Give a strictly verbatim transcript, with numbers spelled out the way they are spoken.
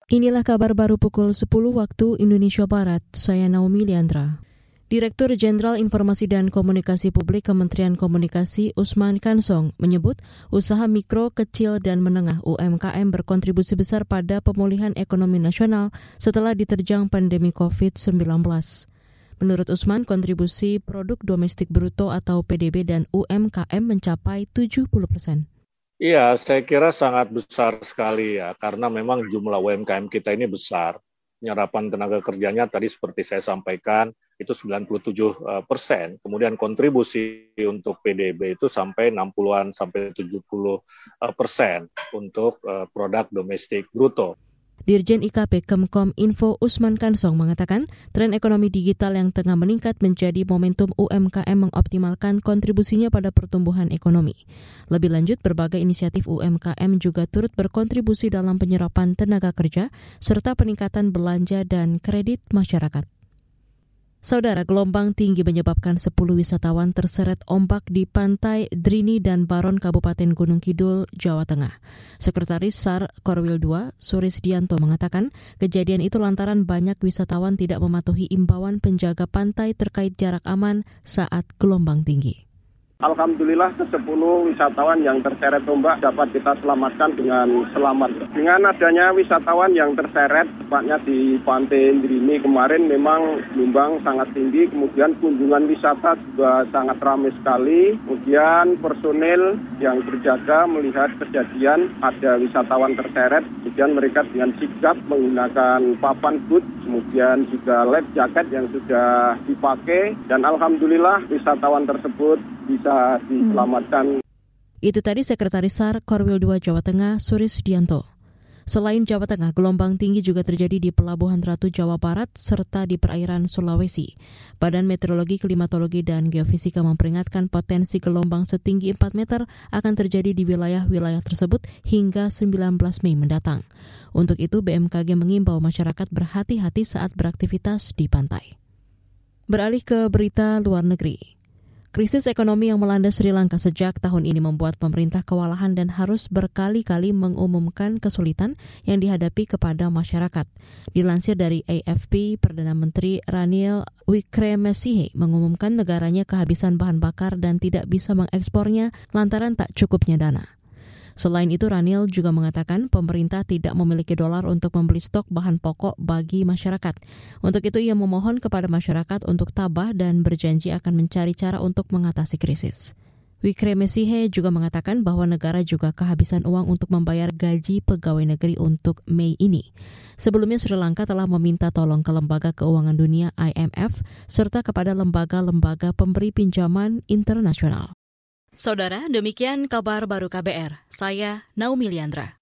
Inilah kabar baru pukul sepuluh waktu Indonesia Barat. Saya Naomi Liandra. Direktur Jenderal Informasi dan Komunikasi Publik Kementerian Komunikasi Usman Kansong menyebut usaha mikro, kecil, dan menengah U M K M berkontribusi besar pada pemulihan ekonomi nasional setelah diterjang pandemi covid sembilan belas. Menurut Usman, kontribusi produk domestik bruto atau P D B dan U M K M mencapai tujuh puluh persen. Iya, saya kira sangat besar sekali ya, karena memang jumlah U M K M kita ini besar. Penyerapan tenaga kerjanya tadi seperti saya sampaikan, itu sembilan puluh tujuh persen. Kemudian kontribusi untuk P D B itu sampai enam puluhan sampai tujuh puluh persen untuk produk domestik bruto. Dirjen I K P Kemkom Info Usman Kansong mengatakan, tren ekonomi digital yang tengah meningkat menjadi momentum U M K M mengoptimalkan kontribusinya pada pertumbuhan ekonomi. Lebih lanjut, berbagai inisiatif U M K M juga turut berkontribusi dalam penyerapan tenaga kerja serta peningkatan belanja dan kredit masyarakat. Saudara, gelombang tinggi menyebabkan sepuluh wisatawan terseret ombak di pantai Drini dan Baron Kabupaten Gunung Kidul, Jawa Tengah. Sekretaris S A R Korwil dua, Surisdianto mengatakan, kejadian itu lantaran banyak wisatawan tidak mematuhi imbauan penjaga pantai terkait jarak aman saat gelombang tinggi. Alhamdulillah sepuluh wisatawan yang terseret ombak dapat kita selamatkan dengan selamat. Dengan adanya wisatawan yang terseret, tepatnya di Pantai Drini kemarin memang gelombang sangat tinggi, kemudian kunjungan wisata juga sangat ramai sekali. Kemudian personel yang berjaga melihat kejadian ada wisatawan terseret, kemudian mereka dengan sigap menggunakan papan boot, kemudian juga life jacket yang sudah dipakai, dan alhamdulillah wisatawan tersebut bisa diselamatkan. Itu tadi Sekretaris S A R Korwil dua Jawa Tengah, Surisdianto. Selain Jawa Tengah, gelombang tinggi juga terjadi di Pelabuhan Ratu Jawa Barat serta di perairan Sulawesi. Badan Meteorologi, Klimatologi, dan Geofisika memperingatkan potensi gelombang setinggi empat meter akan terjadi di wilayah-wilayah tersebut hingga sembilan belas Mei mendatang. Untuk itu, B M K G mengimbau masyarakat berhati-hati saat beraktivitas di pantai. Beralih ke berita luar negeri. Krisis ekonomi yang melanda Sri Lanka sejak tahun ini membuat pemerintah kewalahan dan harus berkali-kali mengumumkan kesulitan yang dihadapi kepada masyarakat. Dilansir dari A F P, Perdana Menteri Ranil Wickremesinghe mengumumkan negaranya kehabisan bahan bakar dan tidak bisa mengekspornya lantaran tak cukupnya dana. Selain itu, Ranil juga mengatakan pemerintah tidak memiliki dolar untuk membeli stok bahan pokok bagi masyarakat. Untuk itu, ia memohon kepada masyarakat untuk tabah dan berjanji akan mencari cara untuk mengatasi krisis. Wickremesinghe juga mengatakan bahwa negara juga kehabisan uang untuk membayar gaji pegawai negeri untuk Mei ini. Sebelumnya, Sri Lanka telah meminta tolong ke Lembaga Keuangan Dunia I M F serta kepada lembaga-lembaga pemberi pinjaman internasional. Saudara, demikian kabar baru K B R. Saya Naomi Liandra.